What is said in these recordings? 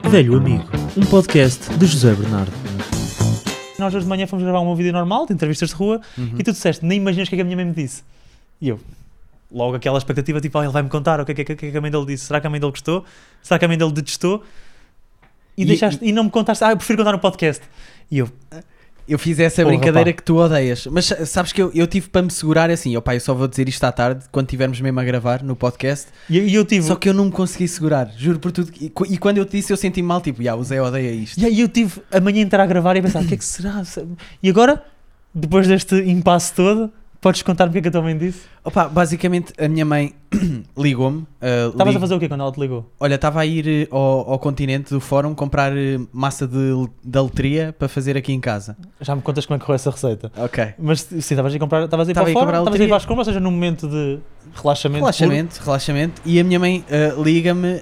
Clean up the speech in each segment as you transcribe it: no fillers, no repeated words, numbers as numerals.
Velho Amigo, um podcast de José Bernardo. Nós hoje de manhã fomos gravar um vídeo normal de entrevistas de rua e tu disseste, nem imaginas o que é que a minha mãe me disse. E eu, logo aquela expectativa, tipo, ele vai-me contar o que é que a mãe dele disse. Será que a mãe dele gostou? Será que a mãe dele detestou? E não me contaste, eu prefiro contar no podcast. E eu fiz essa brincadeira que tu odeias. Mas sabes que eu tive para me segurar assim. Eu só vou dizer isto à tarde, quando estivermos mesmo a gravar no podcast. E eu tive... Só que eu não me consegui segurar, juro por tudo. E quando eu te disse, eu senti-me mal, tipo, o Zé odeia isto. E eu tive a manhã inteira a gravar e a pensar, o que é que será? E agora, depois deste impasse todo, podes contar-me o que é que a tua mãe disse? Basicamente, a minha mãe ligou-me. Estavas a fazer o quê quando ela te ligou? Olha, estava a ir ao continente do fórum comprar massa de letria para fazer aqui em casa. Já me contas como é que correu essa receita. Ok. Mas sim, estavas a ir comprar, estavas a ir para fora, estavas a ir para as compras, ou seja, num momento de relaxamento. E a minha mãe liga-me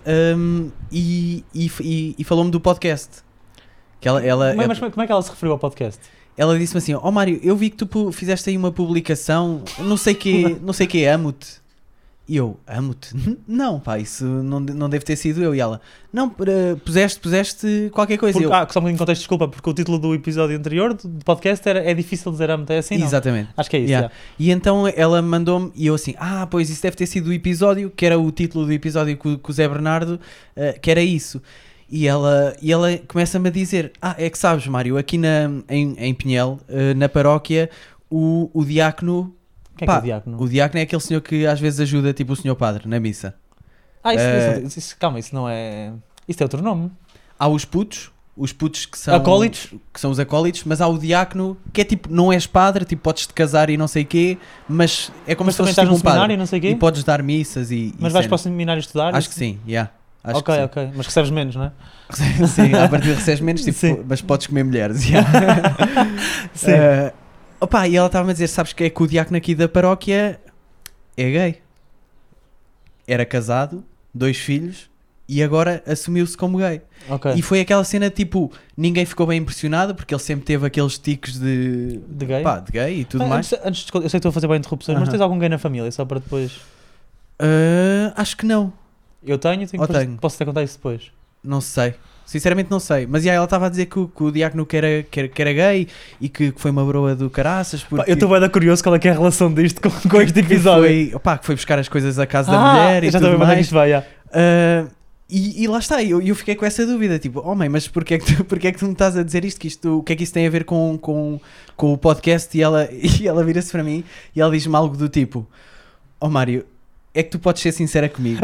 e falou-me do podcast. Mas como é que ela se referiu ao podcast? Ela disse-me assim, Mário, eu vi que tu fizeste aí uma publicação, não sei que, amo-te. E eu, amo-te? Não, pá, isso não deve ter sido eu. E ela, não, puseste qualquer coisa. Só um bocadinho de contexto, desculpa, porque o título do episódio anterior, do podcast, é difícil dizer amo-te, é assim, não? Exatamente. Acho que é isso, yeah. E então ela mandou-me, e eu assim, pois isso deve ter sido o episódio, que era o título do episódio com o Zé Bernardo, que era isso. E ela começa-me a dizer, é que sabes, Mário, aqui em Pinhel, na paróquia, o diácono... Quem é que é o diácono? O diácono é aquele senhor que às vezes ajuda, tipo o senhor padre, na missa. Calma, isso não é... Isso é outro nome. Há os putos que são... Acólitos? Que são os acólitos, mas há o diácono, que é tipo, não és padre, tipo, podes-te casar e não sei o quê, mas é como se fosse tipo um padre. E não sei quê? E podes dar missas e Mas vais para o seminário estudar? Acho que sim, Acho ok, que sim. Mas recebes menos, não é? Sim, a partir de recebes menos, tipo, mas podes comer mulheres. Sim. E ela estava-me a dizer, sabes que é que o diácono aqui da paróquia é gay. Era casado, 2 filhos, e agora assumiu-se como gay. Okay. E foi aquela cena, tipo, ninguém ficou bem impressionado, porque ele sempre teve aqueles tiques de gay? De gay e tudo mais. Antes eu sei que estou a fazer bem interrupções, mas tens algum gay na família, só para depois... Acho que não. Eu tenho. Posso até contar isso depois. Não sei. Sinceramente não sei. Mas ela estava a dizer que o diácono que era gay e que foi uma broa do caraças. Porque... Eu estou bem curioso qual é que é a relação disto com este episódio. Que foi buscar as coisas à casa da mulher e tudo mais. Isto vai, E lá está, eu fiquei com essa dúvida, tipo, mãe, mas porquê é que tu me estás a dizer isto? O que é que isso tem a ver com o podcast? E ela vira-se para mim e ela diz-me algo do tipo, Mário, é que tu podes ser sincera comigo.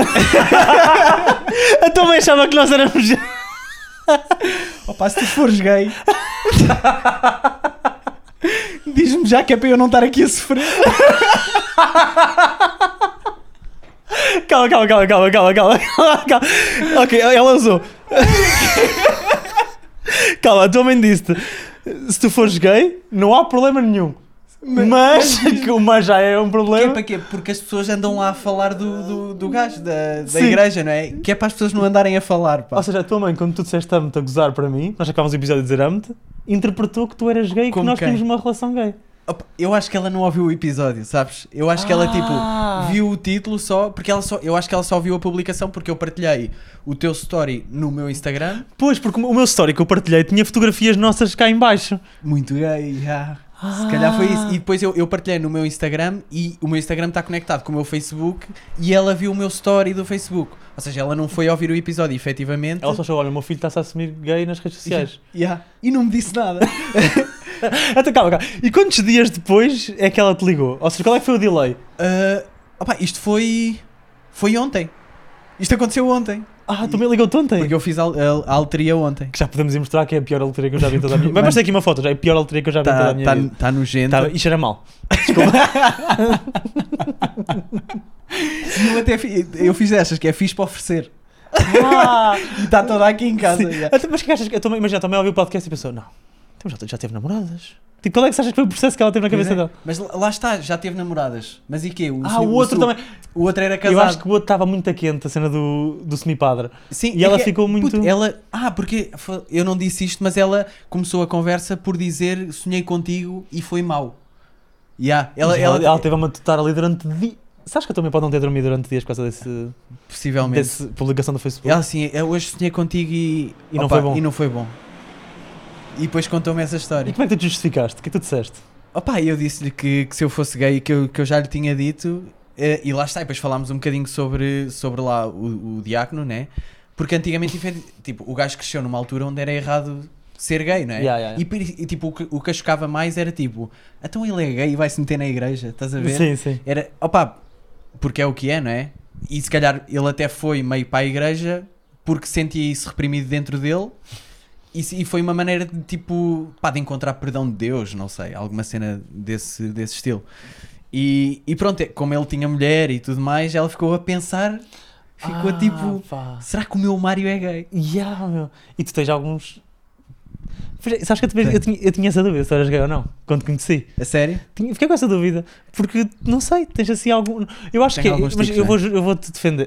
Eu também achava que nós éramos... Se tu fores gay, diz-me já que é para eu não estar aqui a sofrer. Calma. Ok, ela usou. Calma, a tua mãe disse-te, se tu fores gay, não há problema nenhum. Mas já é um problema. Para quê? Porque as pessoas andam lá a falar do gajo da igreja, não é? Que é para as pessoas não andarem a falar, pá. Ou seja, a tua mãe, quando tu disseste amo-te a gozar para mim, nós acabámos o episódio de dizer amo-te, interpretou que tu eras gay e que nós tínhamos uma relação gay. Eu acho que ela não ouviu o episódio, sabes? Eu acho que ela, viu o título só, porque eu acho que ela só viu a publicação porque eu partilhei o teu story no meu Instagram. Pois, porque o meu story que eu partilhei tinha fotografias nossas cá em baixo. Muito gay, Se calhar foi isso. E depois eu partilhei no meu Instagram e o meu Instagram está conectado com o meu Facebook e ela viu o meu story do Facebook. Ou seja, ela não foi ouvir o episódio, efetivamente. Ela só achou, olha, o meu filho está-se a assumir gay nas redes sociais. E não me disse nada. Então, calma. E quantos dias depois é que ela te ligou? Ou seja, qual é que foi o delay? Isto foi ontem. Isto aconteceu ontem. Tu me ligou-te ontem? Porque eu fiz a alteria ontem. Que já podemos ir mostrar que é a pior alteria que eu já vi toda a minha vida. Vai aparecer aqui uma foto, já é a pior alteria que eu já vi toda a minha vida. Está nojento. Isto era mal. Desculpa. Eu fiz estas, que é fixe para oferecer. E está toda aqui em casa. Mas o que achas? Imagina, também ouviu o podcast e pensou, não, já teve namoradas. Tipo, qual é que achas que foi o processo que ela teve na cabeça dela? Mas lá está, já teve namoradas. Mas e quê? O outro também. O outro era casado. Eu acho que o outro estava muito quente, a cena do semi-padre. Sim. E ela ficou muito... porque eu não disse isto, mas ela começou a conversa por dizer sonhei contigo e foi mau. Ela teve a matutar ali durante Sabes que a tua mãe pode não ter dormido durante dias por causa Possivelmente. dessa publicação do Facebook? Ela assim, eu hoje sonhei contigo e não foi bom. E não foi bom. E depois contou-me essa E história. como é que tu te justificaste? O que é que tu disseste? Opa, eu disse-lhe que se eu fosse gay, que eu já lhe tinha dito, e lá está, e depois falámos um bocadinho sobre lá o diácono, né? Porque antigamente, tipo, o gajo cresceu numa altura onde era errado ser gay, não é? Yeah. E tipo, o que a chocava mais era tipo, então ele é gay e vai se meter na igreja, estás a ver? Sim. Era, opa, porque é o que é, não é? E se calhar ele até foi meio para a igreja porque sentia isso reprimido dentro dele. E foi uma maneira de tipo, pá, de encontrar perdão de Deus, não sei, alguma cena desse estilo. E pronto, como ele tinha mulher e tudo mais, ela ficou a pensar, ficou tipo, pá. será que o meu Mário é gay? Meu. E tu tens alguns... Sabes que eu tinha essa dúvida se tu eras gay ou não, quando te conheci. A sério? Fiquei com essa dúvida, porque não sei, tens assim algum... Eu acho Tem que é, alguns mas tipos, eu vou-te defender.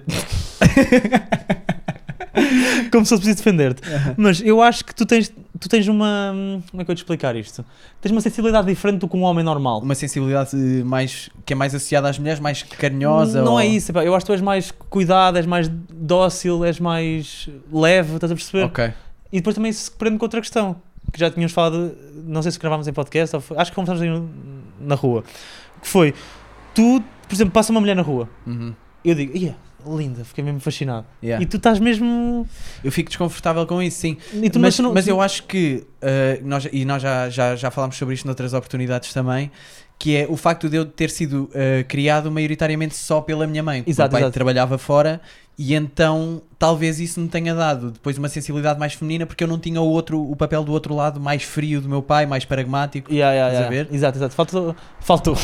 Como se fosse preciso defender-te. Mas eu acho que tu tens uma... Como é que eu ia te explicar isto? Tens uma sensibilidade diferente do que um homem normal. Uma sensibilidade mais, que é mais associada às mulheres, mais carinhosa? Não ou... é isso, pá. Eu acho que tu és mais cuidado, és mais dócil, és mais leve, estás a perceber? Ok. E depois também se prende com outra questão, que já tínhamos falado, não sei se gravámos em podcast, acho que conversámos aí na rua, que foi, tu, por exemplo, passa uma mulher na rua, eu digo, linda, fiquei mesmo fascinado. Yeah. E tu estás mesmo... Eu fico desconfortável com isso, sim. Mas eu acho que, nós já falámos sobre isto noutras oportunidades também, que é o facto de eu ter sido criado maioritariamente só pela minha mãe. Exato, Meu pai exato. trabalhava fora e então talvez isso me tenha dado depois uma sensibilidade mais feminina porque eu não tinha o papel do outro lado mais frio do meu pai, mais pragmático. Estás a ver? Exato. Faltou.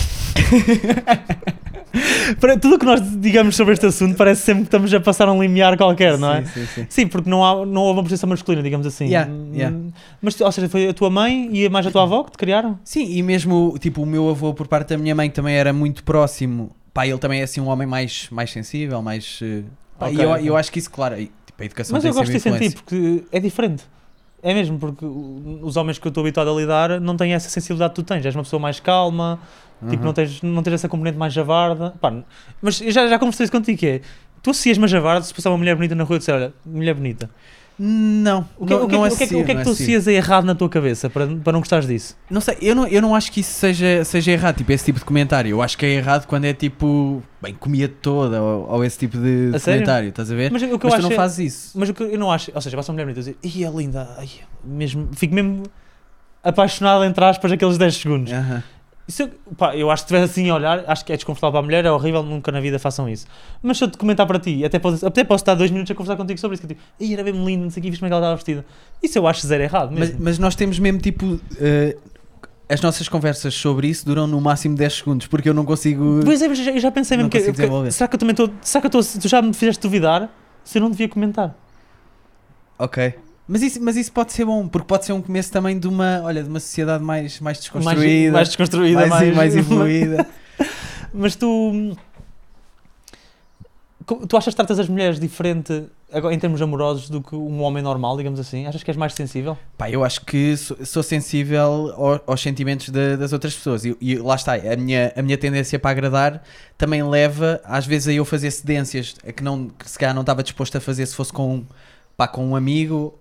Para tudo o que nós digamos sobre este assunto parece sempre que estamos a passar um limiar qualquer, não é? Sim. Sim, porque não houve uma presença masculina, digamos assim. Yeah. Mas, ou seja, foi a tua mãe e mais a tua avó que te criaram? Sim, e mesmo tipo o meu avô por parte da minha mãe também era muito próximo. Pá, ele também é assim um homem mais sensível, mais... pá, Ok, e eu acho que isso, claro, tipo, a educação Mas tem eu gosto de sempre sentir influência. porque é diferente. É mesmo, porque os homens que eu estou habituado a lidar não têm essa sensibilidade que tu tens. És uma pessoa mais calma, tipo, não tens essa componente mais javarda. Pá, mas eu já conversei isso contigo, que é, tu associas-me a javarda se passar uma mulher bonita na rua e disser, olha, mulher bonita. Não, O que é que tu associas a errado na tua cabeça para não gostares disso? Não sei, eu não acho que isso seja errado, tipo, esse tipo de comentário. Eu acho que é errado quando é tipo, bem, comia toda, ou esse tipo de comentário, estás a ver? Mas, Mas tu não fazes isso. Mas o que eu não acho, ou seja, passa uma mulher bonita e dizer, é linda, mesmo, fico mesmo apaixonado, entre aspas, aqueles 10 segundos. Isso, eu acho que se estiver assim a olhar, acho que é desconfortável para a mulher, é horrível, nunca na vida façam isso. Mas se eu te comentar para ti, até posso estar 2 minutos a conversar contigo sobre isso, que eu digo, era bem lindo, não sei o que, viste como é que ela estava vestida. Isso eu acho zero errado mesmo. Mas nós temos mesmo tipo, as nossas conversas sobre isso duram no máximo 10 segundos, porque eu não consigo... Pois é, mas eu já pensei mesmo será que eu também estou, tu já me fizeste duvidar se eu não devia comentar? Ok. Mas isso pode ser bom, porque pode ser um começo também de uma sociedade mais desconstruída, mais desconstruída, mais evoluída. Mas tu achas que tratas as mulheres diferente em termos amorosos do que um homem normal, digamos assim? Achas que és mais sensível? Pá, eu acho que sou sensível aos sentimentos das outras pessoas e lá está, a minha tendência para agradar também leva às vezes a eu fazer cedências que se calhar não estava disposto a fazer se fosse com um amigo,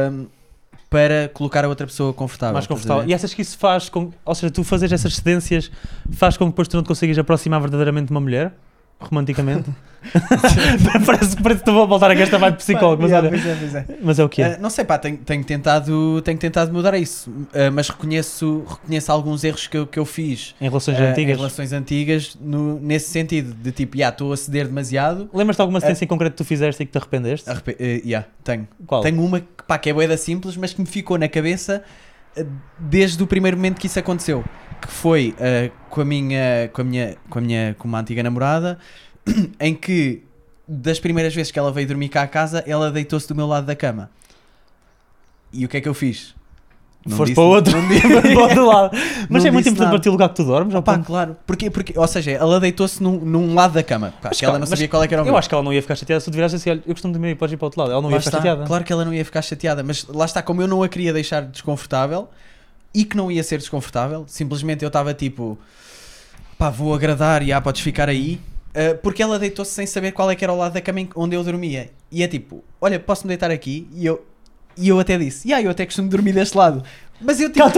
para colocar a outra pessoa confortável. Mais confortável. E achas que isso faz com... Ou seja, tu fazeres essas cedências faz com que depois tu não te consigas aproximar verdadeiramente de uma mulher? Romanticamente? parece que estou a voltar a esta vibe de psicólogo, mas olha... Pois é. Mas é o que é. Não sei, pá, tenho tentado mudar isso, mas reconheço alguns erros que eu fiz Em relações antigas? Em relações antigas, nesse sentido, de tipo, estou a ceder demasiado. Lembras-te de alguma cedência em concreto que tu fizeste e que te arrependeste? Tenho. Qual? Tenho uma que é bué simples, mas que me ficou na cabeça desde o primeiro momento que isso aconteceu, que foi com uma antiga namorada, em que das primeiras vezes que ela veio dormir cá a casa, ela deitou-se do meu lado da cama. E o que é que eu fiz? Foste para o outro, para o outro lado. Mas é muito importante para ti o lugar que tu dormes? Pá, claro. Porque, ou seja, ela deitou-se num lado da cama. Pá, que ela não sabia qual é que era o meu. Eu acho que ela não ia ficar chateada se tu virasse assim, olha, eu costumo dormir e podes ir para o outro lado. Ela não ia ficar chateada. Claro que ela não ia ficar chateada, mas lá está, como eu não a queria deixar desconfortável e que não ia ser desconfortável, simplesmente eu estava tipo, pá, vou agradar e podes ficar aí. Porque ela deitou-se sem saber qual é que era o lado da cama onde eu dormia. E é tipo, olha, posso-me deitar aqui? E eu até disse, eu até costumo dormir deste lado. Mas eu tipo...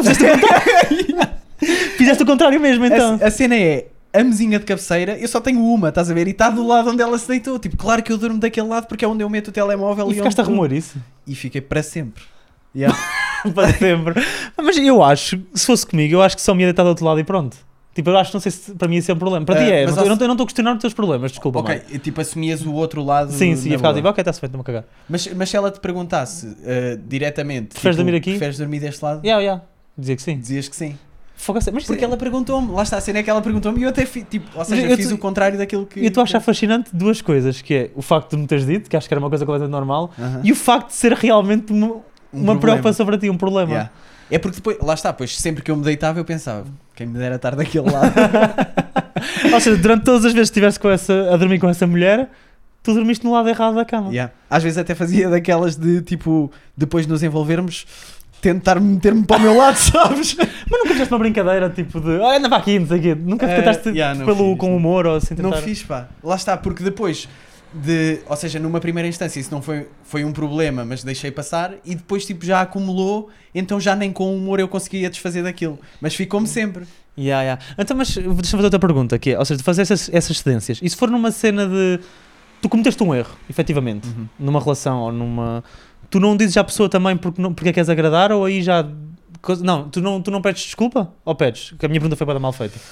Fizeste o contrário mesmo, então. A cena é, a mesinha de cabeceira, eu só tenho uma, estás a ver? E está do lado onde ela se deitou. Tipo, claro que eu durmo daquele lado porque é onde eu meto o telemóvel. E ficaste a remoer isso? E fiquei para sempre. Yeah. Para sempre. Mas eu acho, se fosse comigo, eu acho que só me ia deitar do outro lado e pronto. Tipo, eu acho, não sei se para mim ia ser um problema. Para ti é, mas eu não estou a questionar os teus problemas, desculpa. Ok, e tipo, assumias o outro lado. Sim, ia ficar tipo, ok, está-se feito, não me cagar. Mas se ela te perguntasse diretamente, preferes dormir aqui? Preferes dormir deste lado? Dizia que sim. Dizias que sim. Mas porque ela perguntou-me, lá está a cena é que ela perguntou-me e eu até tipo, ou seja, eu fiz o contrário daquilo que... Eu estou a achar fascinante duas coisas, que é o facto de me teres dito, que acho que era uma coisa completamente normal, e o facto de ser realmente uma preocupação para ti, um problema. Yeah. É porque depois, lá está, pois sempre que eu me deitava eu pensava, quem me dera estar daquele lado. Ou seja, durante todas as vezes que estivesse a dormir com essa mulher, tu dormiste no lado errado da cama. Yeah. Às vezes até fazia daquelas de tipo, depois de nos envolvermos, tentar meter-me para o meu lado, sabes? Mas nunca fizeste uma brincadeira tipo de anda para aqui, não sei o quê. Nunca tentaste com humor ou assim tentar... Não fiz, pá. Lá está, porque depois ou seja, numa primeira instância isso não foi um problema, mas deixei passar e depois tipo já acumulou, então já nem com humor eu conseguia desfazer daquilo, mas ficou-me sempre. Então, mas deixa-me fazer outra pergunta, que é, ou seja, tu fazes essas cedências, e se for numa cena de tu cometeste um erro, efetivamente, numa relação ou numa... Tu não dizes à pessoa também porque queres agradar, ou aí já... Não, tu não pedes desculpa? Ou pedes? Porque a minha pergunta foi para dar mal feita.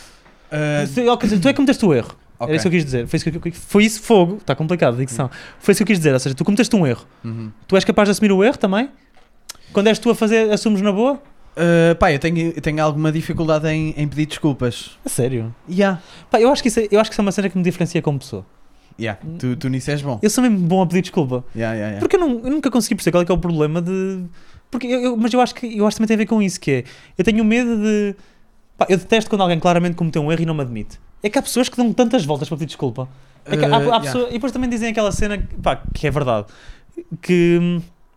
Tu é que cometeste o erro. Okay. Era isso que eu quis dizer. Foi isso, fogo. Está complicado a dicção. Foi isso que eu quis dizer. Ou seja, tu cometeste um erro. Tu és capaz de assumir o erro também? Quando és tu a fazer, assumes na boa? Pá, eu tenho alguma dificuldade em pedir desculpas. A sério? Pá, eu acho que isso é uma cena que me diferencia como pessoa. Tu nisso és bom. Eu sou mesmo bom a pedir desculpa. Porque eu nunca consegui perceber qual é que é o problema de... Mas eu acho que também tem a ver com isso, que é... Eu tenho medo de... Pá, eu detesto quando alguém claramente cometeu um erro e não me admite. É que há pessoas que dão tantas voltas para pedir desculpa. É que há pessoas, e depois também dizem aquela cena, pá, que é verdade, que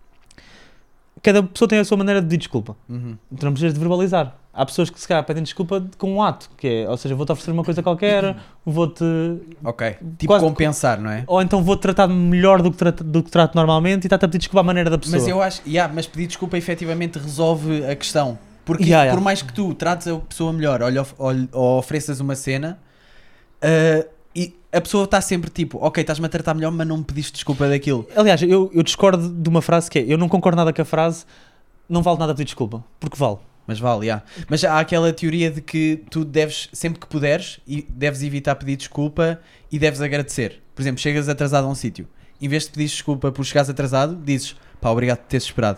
cada pessoa tem a sua maneira de pedir desculpa. Tu não precisas de verbalizar. Há pessoas que se calhar pedem desculpa com um ato, que é, ou seja, vou-te oferecer uma coisa qualquer, vou-te... Ok, tipo compensar, não é? Ou então vou-te tratar melhor do que trato normalmente e está-te a pedir desculpa à maneira da pessoa. Mas eu acho, mas pedir desculpa efetivamente resolve a questão. Porque por mais que tu trates a pessoa melhor ou ofereças uma cena, e a pessoa está sempre tipo, ok, estás-me a tratar melhor, mas não me pediste desculpa daquilo. Aliás, eu discordo de uma frase que é, eu não concordo nada com a frase, não vale nada pedir desculpa, porque vale. Mas vale, Mas há aquela teoria de que tu deves, sempre que puderes, deves evitar pedir desculpa e deves agradecer. Por exemplo, chegas atrasado a um sítio, em vez de pedir desculpa por chegares atrasado, dizes, pá, obrigado por teres esperado.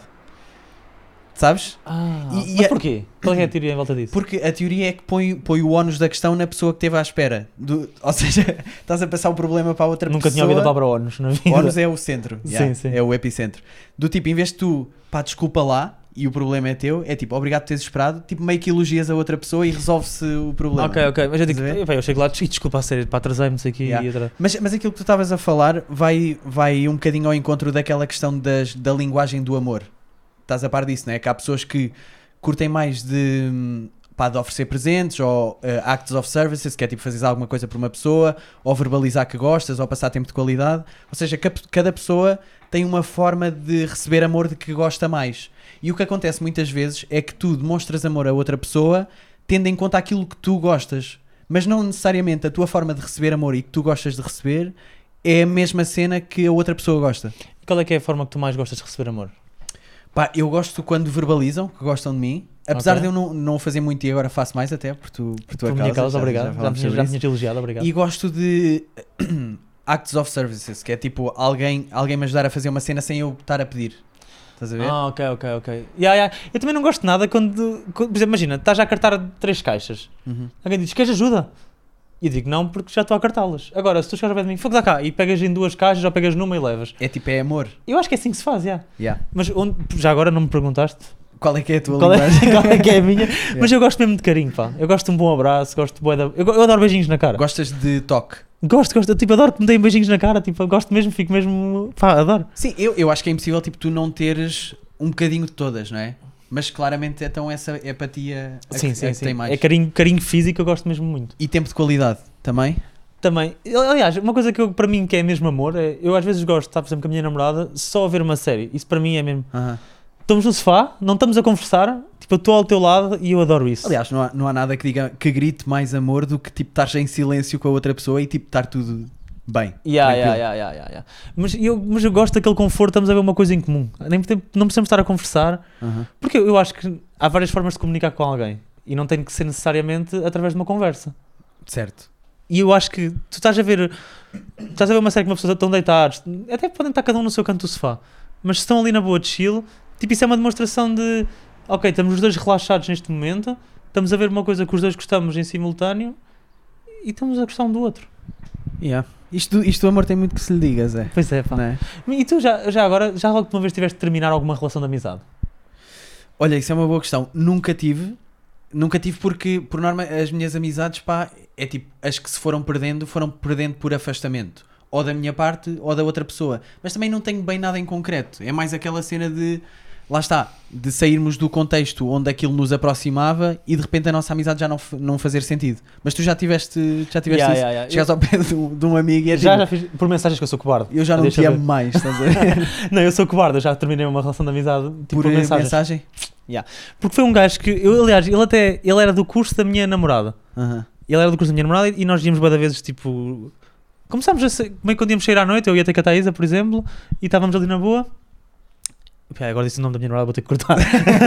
Sabes? Mas porquê? Qual é a teoria em volta disso? Porque a teoria é que põe o ónus da questão na pessoa que esteve à espera. Ou seja, estás a passar o problema para a outra pessoa. Nunca tinha ouvido a palavra ónus na vida. Ónus é o centro. Sim. É o epicentro. Do tipo, em vez de tu, pá, desculpa lá, e o problema é teu, é tipo, obrigado por teres esperado, tipo, meio que elogias a outra pessoa e resolve-se o problema. Ok. Mas eu digo, eu chego lá e desculpa a sério, para atrasar-me, não sei o quê. Mas aquilo que tu estavas a falar vai um bocadinho ao encontro daquela questão da linguagem do amor. Estás a par disso, não é? Que há pessoas que curtem mais de oferecer presentes ou acts of services, que é tipo fazeres alguma coisa por uma pessoa, ou verbalizar que gostas, ou passar tempo de qualidade. Ou seja, cada pessoa tem uma forma de receber amor de que gosta mais. E o que acontece muitas vezes é que tu demonstras amor a outra pessoa tendo em conta aquilo que tu gostas. Mas não necessariamente a tua forma de receber amor e que tu gostas de receber é a mesma cena que a outra pessoa gosta. E qual é que é a forma que tu mais gostas de receber amor? Pá, eu gosto quando verbalizam, que gostam de mim. Apesar de eu não fazer muito e agora faço mais até, por tua causa. Obrigado. Já me tinhas elogiado, obrigado. E gosto de acts of services, que é tipo alguém me ajudar a fazer uma cena sem eu estar a pedir. Estás a ver? Ok. Eu também não gosto de nada quando por exemplo, imagina, estás já a cartar 3 caixas. Alguém diz, queres ajuda? E eu digo, não, porque já estou a cartá-las. Agora, se tu chegares ao pé de mim, fogo, dá cá, e pegas em 2 caixas ou pegas numa e levas. É tipo, é amor. Eu acho que é assim que se faz, Mas já agora não me perguntaste? Qual é que é a tua linguagem? Qual é que é a minha? Mas eu gosto mesmo de carinho, pá. Eu gosto de um bom abraço, eu adoro beijinhos na cara. Gostas de toque? Gosto, eu tipo, adoro que me deem beijinhos na cara, tipo, eu gosto mesmo, fico mesmo, pá, adoro. Sim, eu acho que é impossível, tipo, tu não teres um bocadinho de todas, não é? Mas claramente então essa empatia sim. tem mais. É carinho físico, eu gosto mesmo muito. E tempo de qualidade também? Também, aliás, uma coisa que para mim que é mesmo amor, eu às vezes gosto de estar, por exemplo, com a minha namorada, só a ver uma série. Isso para mim é mesmo. Estamos no sofá, não estamos a conversar, tipo, eu estou ao teu lado e eu adoro isso. Aliás, não há nada que diga que grite mais amor do que tipo estar em silêncio com a outra pessoa e tipo estar tudo bem. Mas eu gosto daquele conforto, estamos a ver uma coisa em comum. Não precisamos estar a conversar, porque eu acho que há várias formas de comunicar com alguém e não tem que ser necessariamente através de uma conversa. Certo. E eu acho que tu estás a ver uma série que uma pessoa estão deitados, até podem estar cada um no seu canto do sofá, mas se estão ali na boa de chill, tipo, isso é uma demonstração de ok, estamos os dois relaxados neste momento, estamos a ver uma coisa que os dois gostamos em simultâneo e estamos a gostar um do outro. Isto do amor tem muito que se lhe diga, Zé. Pois é, pá. Não é? E tu já agora, já logo uma vez tiveste de terminar alguma relação de amizade? Olha, isso é uma boa questão. Nunca tive porque, por norma, as minhas amizades, pá, é tipo, as que se foram perdendo por afastamento. Ou da minha parte, ou da outra pessoa. Mas também não tenho bem nada em concreto. É mais aquela cena de, lá está, de sairmos do contexto onde aquilo nos aproximava e de repente a nossa amizade já não fazer sentido. Mas tu já tiveste isso? Chegas ao pé de um amigo e é já fiz por mensagens que eu sou cobarde. Eu já não te amo mais, estás a ver? Não, eu sou cobarde, eu já terminei uma relação de amizade tipo, por mensagem? Porque foi um gajo que, aliás, ele era do curso da minha namorada. Ele era do curso da minha namorada e nós íamos várias vezes, tipo... Começámos a ser, como é que quando íamos sair à noite, eu ia ter com a Thaisa, por exemplo, e estávamos ali na boa. Agora disse o nome da minha namorada, vou ter que cortar.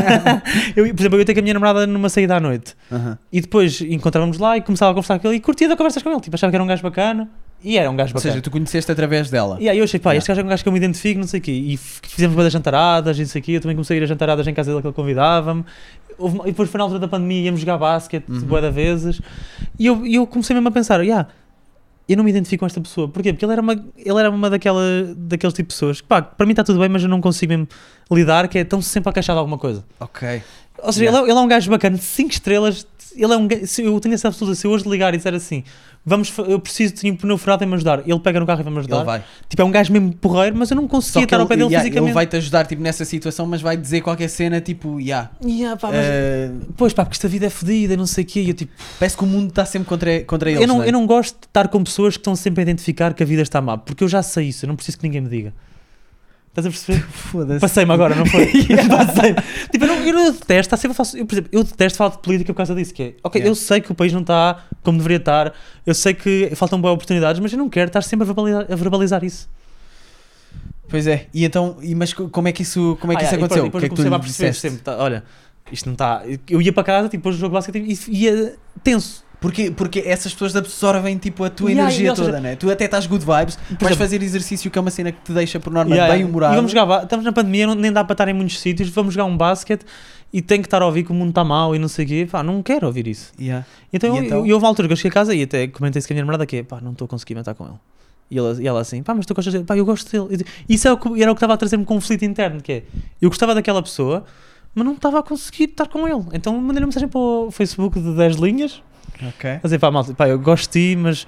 Por exemplo, eu ia ter com a minha namorada numa saída à noite. E depois encontrávamos lá e começava a conversar com ele e curtia de conversas com ele. Tipo, achava que era um gajo bacana. E era um gajo bacana. Ou seja, tu conheceste através dela. E aí eu achei, este gajo é um gajo que eu me identifico, não sei o quê. E fizemos boas jantaradas e não sei o quê. Eu também comecei a ir a jantaradas em casa dele que ele convidava-me. E depois foi na altura da pandemia, íamos jogar basquete bué de vezes. E eu comecei mesmo a pensar, eu não me identifico com esta pessoa. Porquê? Porque ele era uma daqueles tipo de pessoas que, pá, para mim está tudo bem, mas eu não consigo mesmo lidar, que é tão sempre a queixar de alguma coisa. Ok. Ou seja, ele é um gajo bacana, 5 estrelas, ele é um gajo, eu tenho essa absoluta, se eu hoje ligar e dizer assim, eu preciso de um pneu furado, tem-me ajudar, ele pega no carro e vai-me ajudar. Ele vai. Tipo, é um gajo mesmo porreiro, mas eu não conseguia estar ao pé dele fisicamente. Ele vai-te ajudar tipo, nessa situação, mas vai dizer qualquer cena, tipo, pois pá, porque esta vida é fodida, não sei o quê, e eu tipo... Parece que o mundo está sempre contra eles, eu não gosto de estar com pessoas que estão sempre a identificar que a vida está má, porque eu já sei isso, eu não preciso que ninguém me diga. Estás a perceber? Foda-se. Passei-me agora, não foi? Passei-me. Tipo, eu detesto, por exemplo, eu detesto falar de política por causa disso, que é, ok, eu sei que o país não está como deveria estar, eu sei que faltam boas oportunidades, mas eu não quero estar sempre a verbalizar isso. Pois é, e então, mas como é que isso aconteceu? Depois que é que tu comecei a lhe perceber disseste? sempre, olha, isto não está... Eu ia para casa, tipo, depois do jogo de basquete e ia tenso. Porque essas pessoas absorvem tipo a tua energia toda, né? Tu até estás good vibes, vais fazer exercício que é uma cena que te deixa por norma bem humorado. E vamos jogar, estamos na pandemia, nem dá para estar em muitos sítios, vamos jogar um basquete e tenho que estar a ouvir que o mundo está mau e não sei o quê, pá, não quero ouvir isso. Então houve uma altura que eu cheguei a casa e até comentei isso com a minha namorada que é, pá, não estou a conseguir estar com ele. E ela assim, pá, mas tu gostas dele? Pá, eu gosto dele. Isso era o que estava a trazer-me conflito interno, que é, eu gostava daquela pessoa, mas não estava a conseguir estar com ele. Então mandei uma mensagem para o Facebook de 10 linhas. Ok. A dizer, pá, malta, pá, eu gosto de ti, mas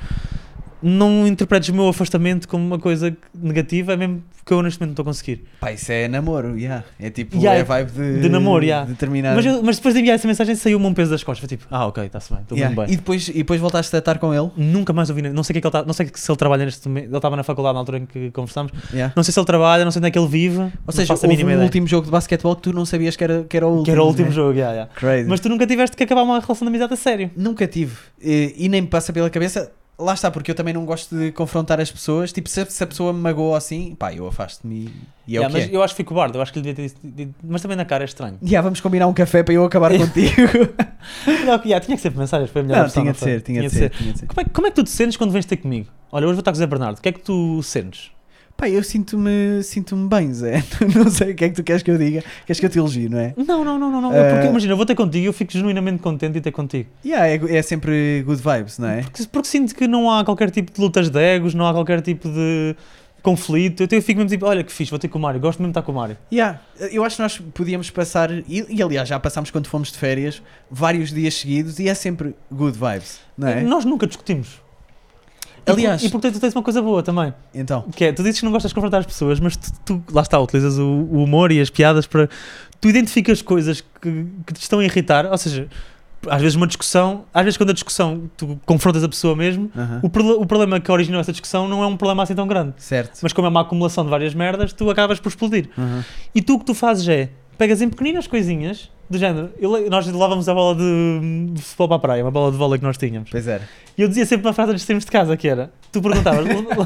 não interpretes o meu afastamento como uma coisa negativa, é mesmo que eu neste momento não estou a conseguir. Pá, isso é namoro, é tipo, é vibe de namoro, de terminar. Mas depois de enviar essa mensagem saiu-me um peso das costas, foi tipo, ok, está-se bem, estou muito bem. E depois voltaste a estar com ele? Nunca mais ouvi, não sei o que é que ele está, não sei se ele trabalha neste momento, ele estava na faculdade na altura em que conversámos, não sei se ele trabalha, não sei onde é que ele vive. Ou seja, houve um último jogo de basquetebol que tu não sabias que era o último. Que era o último jogo, Crazy. Mas tu nunca tiveste que acabar uma relação de amizade a sério? Nunca tive, e nem me passa pela cabeça. Lá está, porque eu também não gosto de confrontar as pessoas. Tipo, se a pessoa me magoou assim, pá, eu afasto-me e é o que mas é. eu acho que fui cobarde, eu acho que ele devia ter dito, mas também na cara é estranho. Vamos combinar um café para eu acabar contigo. Não, tinha que ser por mensagens, foi a melhor opção. Tinha de ser. Como é que tu te sentes quando vens ter comigo? Olha, hoje vou estar com o Zé Bernardo, o que é que tu sentes? Pá, eu sinto-me bem, Zé. Não sei o que é que tu queres que eu diga. Queres que eu te elogio, não é? Não. Porque imagina, eu vou ter contigo e eu fico genuinamente contente de ter contigo. É sempre good vibes, não é? Porque sinto que não há qualquer tipo de lutas de egos, não há qualquer tipo de conflito. Eu fico mesmo tipo, olha que fixe, vou ter com o Mário, gosto mesmo de estar com o Mário. Eu acho que nós podíamos passar, e aliás já passámos quando fomos de férias, vários dias seguidos e é sempre good vibes, não é? Nós nunca discutimos. Aliás, e porque tu tens uma coisa boa também. Então. Que é, tu dizes que não gostas de confrontar as pessoas, mas tu lá está, utilizas o humor e as piadas para... Tu identificas coisas que te estão a irritar, ou seja, às vezes uma discussão, às vezes quando a discussão tu confrontas a pessoa mesmo, o problema que originou essa discussão não é um problema assim tão grande. Certo. Mas como é uma acumulação de várias merdas, tu acabas por explodir. E tu o que tu fazes é, pegas em pequeninas coisinhas, do género, nós levávamos a bola de futebol para a praia, uma bola de vôlei que nós tínhamos. Pois era. E eu dizia sempre uma frase antes de sairmos de casa, que era, tu perguntavas,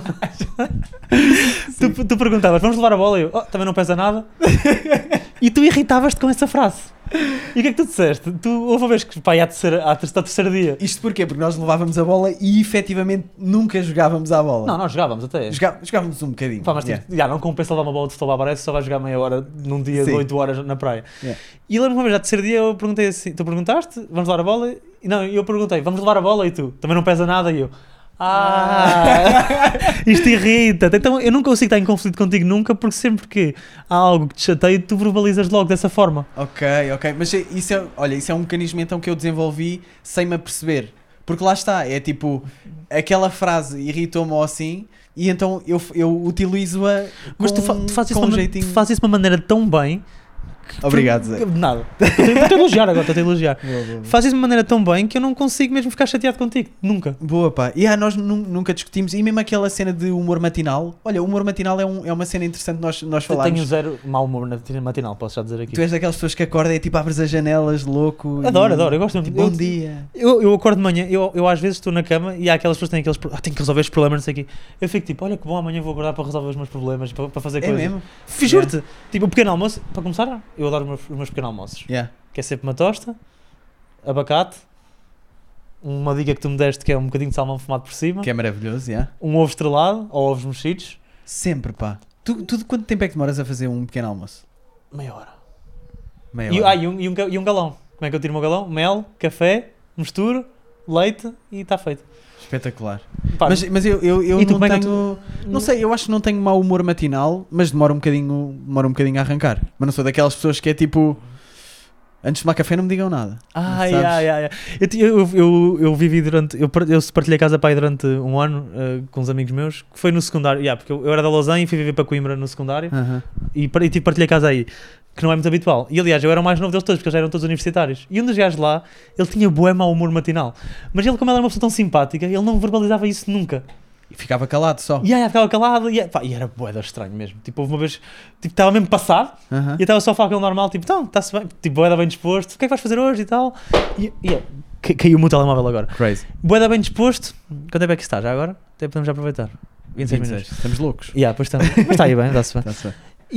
tu perguntavas, vamos levar a bola? E eu, também não pesa nada. E tu irritavas-te com essa frase. E o que é que tu disseste? Houve uma vez que, pá, ao terceiro dia... Isto porquê? Porque nós levávamos a bola e efetivamente nunca jogávamos à bola. Não, nós jogávamos até. Jogávamos um bocadinho. Pá, mas não compensa levar uma bola de futebol à praia, só vais jogar meia hora num dia de 8 horas na praia. E lembro-me uma vez, ao terceiro dia, eu perguntei assim, tu perguntaste, vamos levar a bola? E não, eu perguntei, vamos levar a bola? E tu, também não pesa nada? E eu... isto irrita-te. Então eu não consigo estar em conflito contigo nunca, porque sempre que há algo que te chateia, tu verbalizas logo dessa forma. Ok, mas isso é um mecanismo então que eu desenvolvi sem me aperceber, porque lá está, é tipo, aquela frase irritou-me ou assim, e então eu utilizo-a mas tu fazes isso de uma maneira tão bem. Obrigado, Zé. Nada. Estou a elogiar agora, estou a elogiar. Fazes de uma maneira tão bem que eu não consigo mesmo ficar chateado contigo. Nunca. Boa, pá. Nós nunca discutimos. E mesmo aquela cena de humor matinal. Olha, o humor matinal é uma cena interessante nós falarmos. Eu tenho zero mau humor matinal, posso já dizer aqui. Tu és daquelas pessoas que acordam e tipo abres as janelas, louco. Adoro. Eu gosto tipo, bom dia. Eu acordo de manhã, eu às vezes estou na cama e há aquelas pessoas que têm tenho que resolver os problemas, não sei o quê. Eu fico tipo, olha que bom, amanhã vou acordar para resolver os meus problemas, para fazer coisas. É mesmo? Juro-te. Tipo, o pequeno almoço, para começar, eu adoro os meus pequenos almoços. Que é sempre uma tosta, abacate, uma dica que tu me deste que é um bocadinho de salmão fumado por cima, que é maravilhoso, um ovo estrelado ou ovos mexidos. Sempre, pá. Tu quanto tempo é que demoras a fazer um pequeno almoço? Meia hora. E um galão. Como é que eu tiro o meu galão? Mel, café, misturo, leite e está feito. Espetacular. Pá, mas eu e tu, não tenho... Não sei, eu acho que não tenho mau humor matinal, mas demora um bocadinho a arrancar. Mas não sou daquelas pessoas que é tipo... Antes de tomar café não me digam nada. Eu vivi durante... Eu partilhei casa pai durante um ano com uns amigos meus, que foi no secundário. Porque eu era da Lausanne e fui viver para Coimbra no secundário. E partilhei casa aí, que não é muito habitual. E aliás, eu era o mais novo deles todos, porque eles já eram todos universitários. E um dos gajos lá, ele tinha bué mau humor matinal. Mas ele, como ele era uma pessoa tão simpática, ele não verbalizava isso nunca. E ficava calado só. Ficava calado e era bué da estranho mesmo. Tipo, houve uma vez, tipo, estava mesmo passado e estava só a falar com ele normal, tipo, então, está-se bem, tipo, bué da bem disposto, o que é que vais fazer hoje e tal? Caiu o meu telemóvel agora. Crazy. Bué da bem disposto, quanto tempo é que está já agora? Até podemos já aproveitar. 26 minutos. Estamos loucos. Pois estamos. Mas está aí bem, dá-se bem.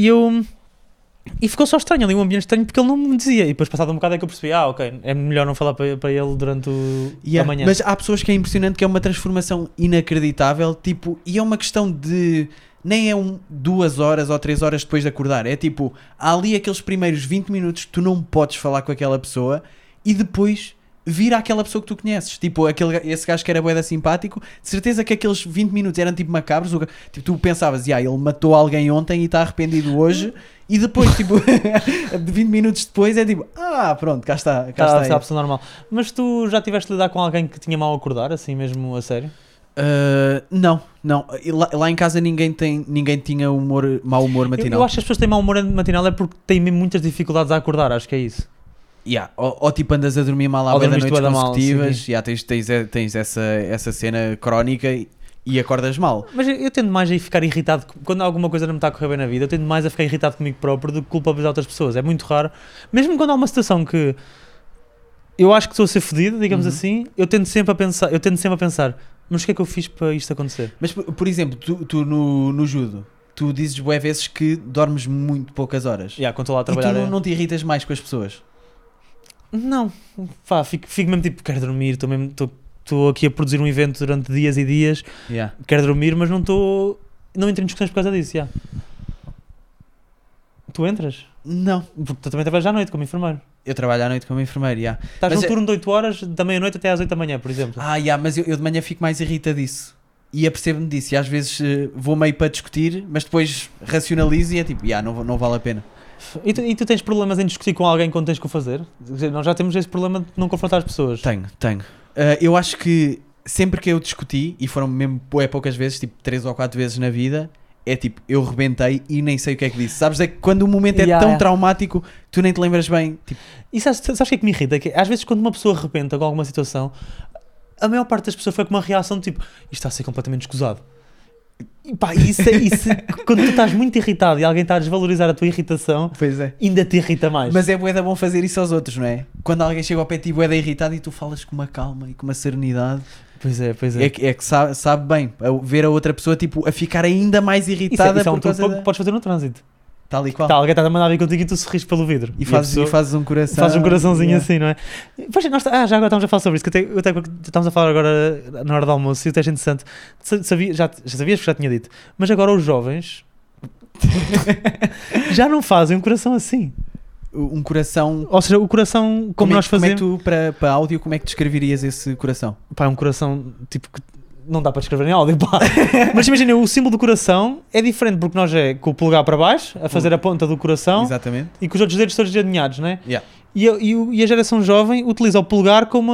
E ficou só estranho ali, um ambiente estranho, porque ele não me dizia. E depois, passado um bocado, é que eu percebi: ok, é melhor não falar para ele durante a manhã. Mas há pessoas que é impressionante, que é uma transformação inacreditável, tipo, e é uma questão de. Nem é 2 horas ou 3 horas depois de acordar. É tipo, há ali aqueles primeiros 20 minutos que tu não podes falar com aquela pessoa e depois vira aquela pessoa que tu conheces. Tipo, esse gajo que era bué da simpático, de certeza que aqueles 20 minutos eram tipo macabros. Tipo, tu pensavas, ele matou alguém ontem e está arrependido hoje. E depois, tipo, 20 minutos depois é tipo, pronto, cá está. Está a pessoa normal. Mas tu já tiveste de lidar com alguém que tinha mal a acordar, assim mesmo a sério? Não. Lá em casa ninguém tinha mau humor matinal. Eu acho que as pessoas que têm mau humor matinal é porque têm mesmo muitas dificuldades a acordar, acho que é isso. Ou tipo andas a dormir mal à bué da noites consecutivas, tens essa cena crónica e acordas mal. Mas eu tendo mais a ficar irritado quando alguma coisa não me está a correr bem na vida. Eu tendo mais a ficar irritado comigo próprio do que culpabilizar outras pessoas. É muito raro. Mesmo quando há uma situação que eu acho que estou a ser fodido, digamos assim, eu tendo sempre a pensar, mas o que é que eu fiz para isto acontecer? Mas, por exemplo, tu no judo, tu dizes bué vezes que dormes muito poucas horas. Quando estou lá a trabalhar. E tu não te irritas mais com as pessoas? Não. Fico mesmo tipo, quero dormir, estou aqui a produzir um evento durante dias e dias, quero dormir, mas não entro em discussões por causa disso. Tu entras? Não. Porque tu também trabalhas à noite como enfermeiro. Eu trabalho à noite como enfermeiro, Estás num turno de 8 horas, da meia-noite até às 8 da manhã, por exemplo. Mas eu de manhã fico mais irritadiço. E apercebo-me disso. E às vezes vou meio para discutir, mas depois racionalizo e é tipo, não vale a pena. E tu tens problemas em discutir com alguém quando tens que o fazer? Nós já temos esse problema de não confrontar as pessoas. Tenho. Eu acho que sempre que eu discuti, e foram mesmo poucas vezes, tipo 3 ou 4 vezes na vida, é tipo, eu rebentei e nem sei o que é que disse. Sabes, é que quando o momento é Yeah, tão yeah. traumático, tu nem te lembras bem. Tipo, E sabes o que é que me irrita? Que às vezes quando uma pessoa arrebenta com alguma situação, a maior parte das pessoas foi com uma reação de tipo, isto está a ser completamente escusado. E pá, isso, quando tu estás muito irritado e alguém está a desvalorizar a tua irritação, pois é. ainda te irrita mais. Mas é bué da bom fazer isso aos outros, não é? Quando alguém chega ao pé de ti bué da irritado e tu falas com uma calma e com uma serenidade, Pois é. é que sabe bem, ver a outra pessoa tipo, a ficar ainda mais Isso irritada é um por truque causa que podes fazer no trânsito. tal e qual. Tá, alguém está a mandar vir contigo e tu sorris pelo vidro. E a fazes pessoa- um coração. Fazes um coraçãozinho Yeah. assim, não é? Pois, já agora estamos a falar sobre isso, que até estamos a falar agora na hora do almoço e até é interessante. Já sabias que já tinha dito, mas agora os jovens já não fazem um coração assim. Um coração. Ou seja, o coração como nós fazemos. Como é que tu, para áudio, como é que descreverias esse coração? Pá, é um coração tipo que não dá para descrever em áudio, pá. Mas imagina, o símbolo do coração é diferente porque nós é com o polegar para baixo, a fazer a ponta do coração Exatamente. e com os outros dedos todos alinhados, não é? Yeah. E a geração jovem utiliza o polegar como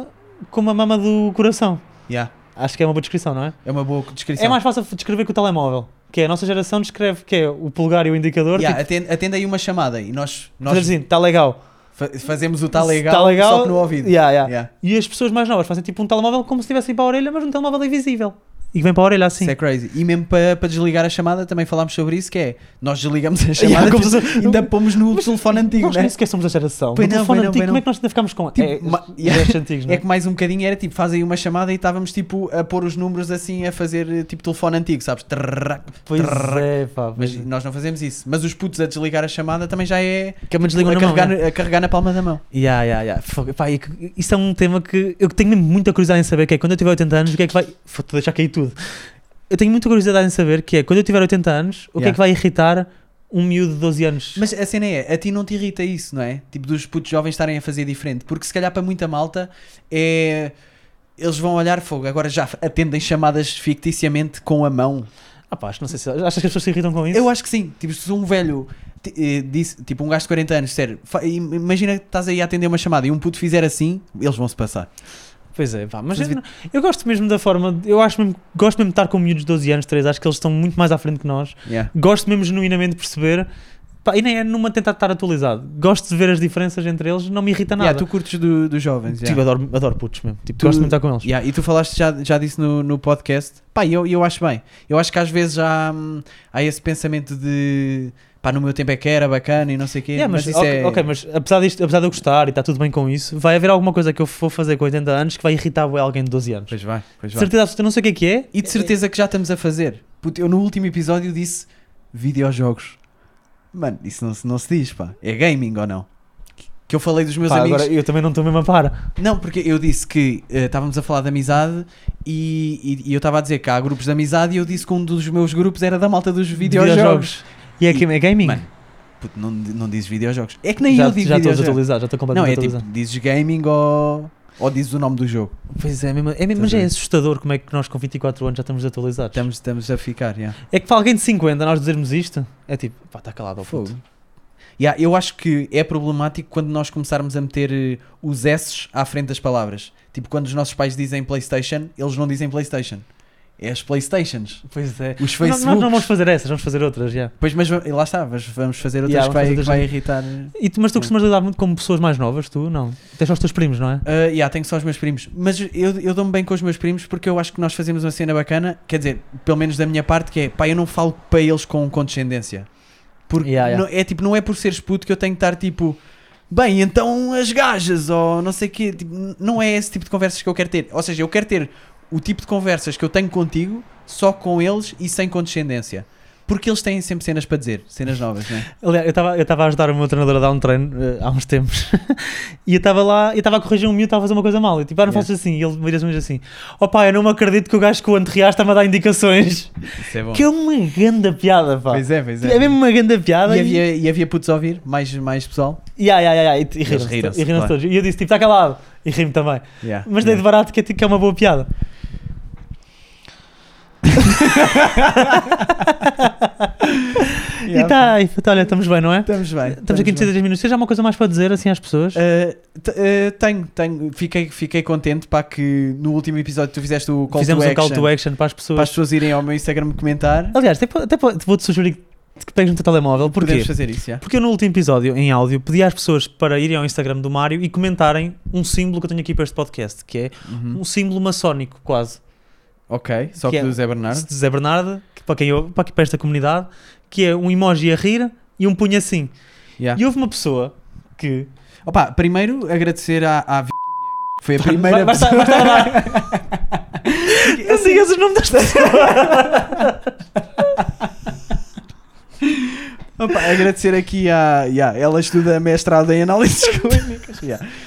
a mama do coração. Yeah. Acho que é uma boa descrição, não é? É uma boa descrição. É mais fácil descrever que o telemóvel. Que é a nossa geração descreve que é o polegar e o indicador. Yeah, Tipo, atende aí uma chamada e nós fazer assim, está legal. fazemos o tá Se legal, tá legal, só que no ouvido. Yeah, yeah. Yeah. E as pessoas mais novas fazem tipo um telemóvel como se estivessem para a orelha, mas um telemóvel invisível. E que vem para a orelha assim. Isso é crazy. E mesmo para desligar a chamada, também falámos sobre isso, que é, nós desligamos a Yeah, chamada como e se- ainda pomos no Mas telefone antigo, Nós né? nem sequer somos da geração. Pois O não, telefone pois não, antigo, pois como é que nós ainda ficamos com... Tipo, gestos antigos, não É que mais um bocadinho era tipo, faz aí uma chamada e estávamos tipo a pôr os números assim, a fazer tipo telefone antigo, sabes? Pois é, pá. Mas nós não fazemos isso. Mas os putos a desligar a chamada também já é Que me desligam a na mão, carregar, né? a carregar na palma da mão. Fogo, pá, isso é um tema que eu tenho mesmo muita curiosidade em saber, que é quando eu tiver 80 anos, o que é que vai... Vou-te deixar cair tudo. Eu tenho muita curiosidade em saber que é, quando eu tiver 80 anos, o que é que vai irritar um miúdo de 12 anos? Mas a cena é, a ti não te irrita isso, não é? Tipo, dos putos jovens estarem a fazer diferente. Porque se calhar para muita malta é... Eles vão olhar fogo, agora já atendem chamadas ficticiamente com a mão. Ah pá, não sei se... Achas que as pessoas se irritam com isso? Eu acho que sim. Tipo, se um velho... Disse, tipo um gajo de 40 anos, sério, imagina que estás aí a atender uma chamada e um puto fizer assim, eles vão se passar. Pois é, pá, mas Mas eu gosto mesmo da forma, gosto mesmo de estar com miúdos de 12 anos, 13, acho que eles estão muito mais à frente que nós, Yeah. gosto mesmo genuinamente de perceber, pá, e nem é numa tentar estar atualizado, gosto de ver as diferenças entre eles, não me irrita nada. Yeah, tu curtes dos jovens. Tipo, Yeah. adoro putos mesmo, tipo, Tu- gosto muito de estar com eles. Yeah, e tu falaste já disso no podcast. Pá, eu acho bem. Eu acho que às vezes já há esse pensamento de pá, no meu tempo é que era bacana e não sei o quê. Yeah, mas isso ok, mas apesar de eu gostar e está tudo bem com isso, vai haver alguma coisa que eu vou fazer com 80 anos que vai irritar bué alguém de 12 anos. Pois vai. De certeza absoluta, eu não sei o que é. E de certeza que já estamos a fazer. Puto, eu no último episódio disse videojogos. Mano, isso não se diz, pá. É gaming ou não? Que eu falei dos meus Pá, amigos. agora eu também não estou mesmo a par. Não, porque eu disse que estávamos a falar de amizade e eu estava a dizer que há grupos de amizade e eu disse que um dos meus grupos era da malta dos videojogos. E é gaming? Mano, puto, não dizes videojogos. É que nem já eu digo estou videojogos. desatualizado, já estou Não, completamente é tipo, atualizado. dizes gaming ou dizes o nome do jogo. Pois é, mas é assustador como é que nós com 24 anos já estamos atualizados. Estamos a ficar, yeah. É que para alguém de 50 nós dizermos isto, é tipo, pá, está calado ao Fogo. puto. Yeah, eu acho que é problemático quando nós começarmos a meter os S's à frente das palavras. Tipo, quando os nossos pais dizem PlayStation, eles não dizem PlayStation. É as PlayStations. Pois é. Os Mas Facebook. nós não vamos fazer essas, vamos fazer outras, já. Pois, mas lá está, vamos fazer outras Yeah, que, vamos fazer vai outras. irritar. Mas tu costumas lidar muito com pessoas mais novas, tu? Não? Tens só os teus primos, não é? Tenho só os meus primos. Mas eu dou-me bem com os meus primos porque eu acho que nós fazemos uma cena bacana. Quer dizer, pelo menos da minha parte, que é pá, eu não falo para eles com condescendência. Porque Yeah. não é por seres puto que eu tenho que estar tipo, bem, então as gajas, ou não sei o quê. Tipo, não é esse tipo de conversas que eu quero ter. Ou seja, eu quero ter o tipo de conversas que eu tenho contigo, só com eles e sem condescendência. Porque eles têm sempre cenas para dizer, cenas novas, não é? Aliás, eu estava a ajudar o meu treinador a dar um treino há uns tempos e eu estava lá, eu estava a corrigir um miúdo, estava a fazer uma coisa mal. Eu tipo, não Yeah. faças assim. E ele me diz assim: ó pá, eu não me acredito que o gajo que o anterriar está-me a dar indicações. Isso é bom. Que é uma grande piada, pá. Pois é. É mesmo uma grande piada. E havia putos a ouvir, mais pessoal. E Eles riram-se riram-se, todos. E eu disse, tipo, está calado. E ri-me também. Yeah. Mas dei de barato que é uma boa piada. E tá, olha, estamos bem, não é? Estamos bem. Estamos aqui no 3 minutos. Tens alguma coisa mais para dizer assim às pessoas? Tenho. Fiquei contente para que no último episódio tu fizeste o call Fizemos to um action. call to action para as pessoas. Irem ao meu Instagram comentar. Aliás, até vou-te sugerir que pegues no teu telemóvel. Porquê? Podemos fazer isso, já. Porque eu no último episódio, em áudio, pedi às pessoas para irem ao Instagram do Mário e comentarem um símbolo que eu tenho aqui para este podcast, que é um símbolo maçónico, quase. Ok, só que que é do Zé Bernardo. De Zé Bernardo, que para esta comunidade, que é um emoji a rir e um punho assim. Yeah. E houve uma pessoa que... Opa, primeiro agradecer à Vicky Viegas, que foi a primeira Basta pessoa... lá. Não sigas o nome das pessoas. Opa, agradecer aqui ela estuda mestrado em análises clínicas.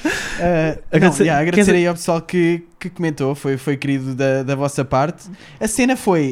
Agradecer aí ao pessoal que comentou, foi querido da vossa parte. A cena foi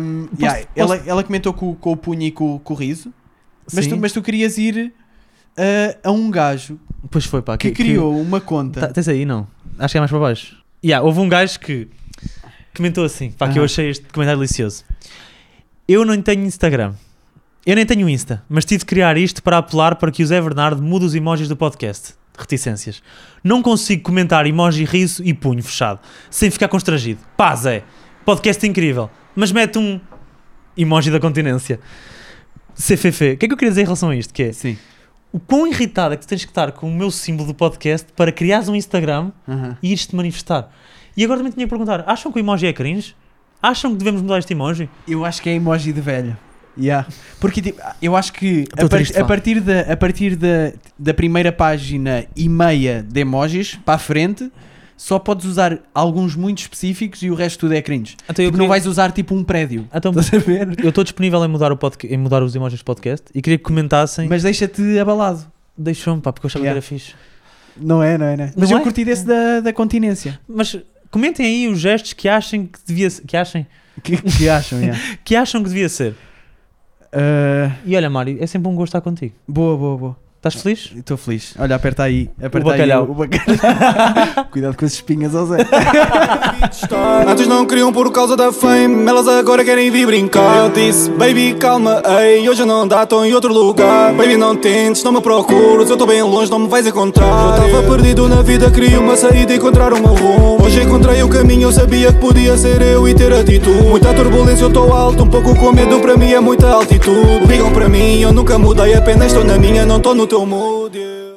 ela comentou com o punho e com o riso, mas tu querias ir a um gajo Pois foi, pá, que criou uma conta. Tens aí, não? Acho que é mais para baixo. Houve um gajo que comentou assim, pá, que eu achei este comentário delicioso. Eu não tenho Instagram. Eu nem tenho Insta, mas tive de criar isto para apelar para que o Zé Bernardo mude os emojis do podcast. Reticências. Não consigo comentar emoji riso e punho fechado, sem ficar constrangido. Pá, Zé, podcast incrível, mas mete um emoji da continência. CFF. O que é que eu queria dizer em relação a isto? Que é, Sim. o quão irritado é que tu tens que estar com o meu símbolo do podcast para criares um Instagram e ires-te manifestar. E agora também tinha que perguntar, acham que o emoji é cringe? Acham que devemos mudar este emoji? Eu acho que é emoji de velho. Porque tipo, eu acho que Triste, a partir da primeira página e meia de emojis para a frente só podes usar alguns muito específicos e o resto tudo é cringe. Então não vais usar tipo um prédio. Então, Estás a ver? eu estou disponível em mudar os emojis do podcast e queria que comentassem. Mas deixa-te abalado. Deixou-me, pá, porque eu achava que era fixe. Não é? Mas Não eu é? curti desse da continência. Mas comentem aí os gestos que achem que devia ser. Que acham? Que acham que devia ser. E olha, Mário, é sempre um gosto estar contigo. Boa. Estás feliz? Estou feliz. Olha, aperta aí. bacalhau. O bacalhau. Cuidado com as espinhas, ó Zé. Antes não queriam por causa da fame, elas agora querem vir brincar. Eu disse, baby, calma, ei, hoje não dá, estou em outro lugar. Baby, não tentes, não me procuras, eu estou bem longe, não me vais encontrar. Eu estava perdido na vida, queria uma saída e encontrar o meu rumo. Hoje encontrei o caminho, eu sabia que podia ser eu e ter atitude. Muita turbulência, eu estou alto, um pouco com medo, para mim é muita altitude. Ligam para mim, eu nunca mudei, apenas estou na minha, não estou no teu mood, yeah.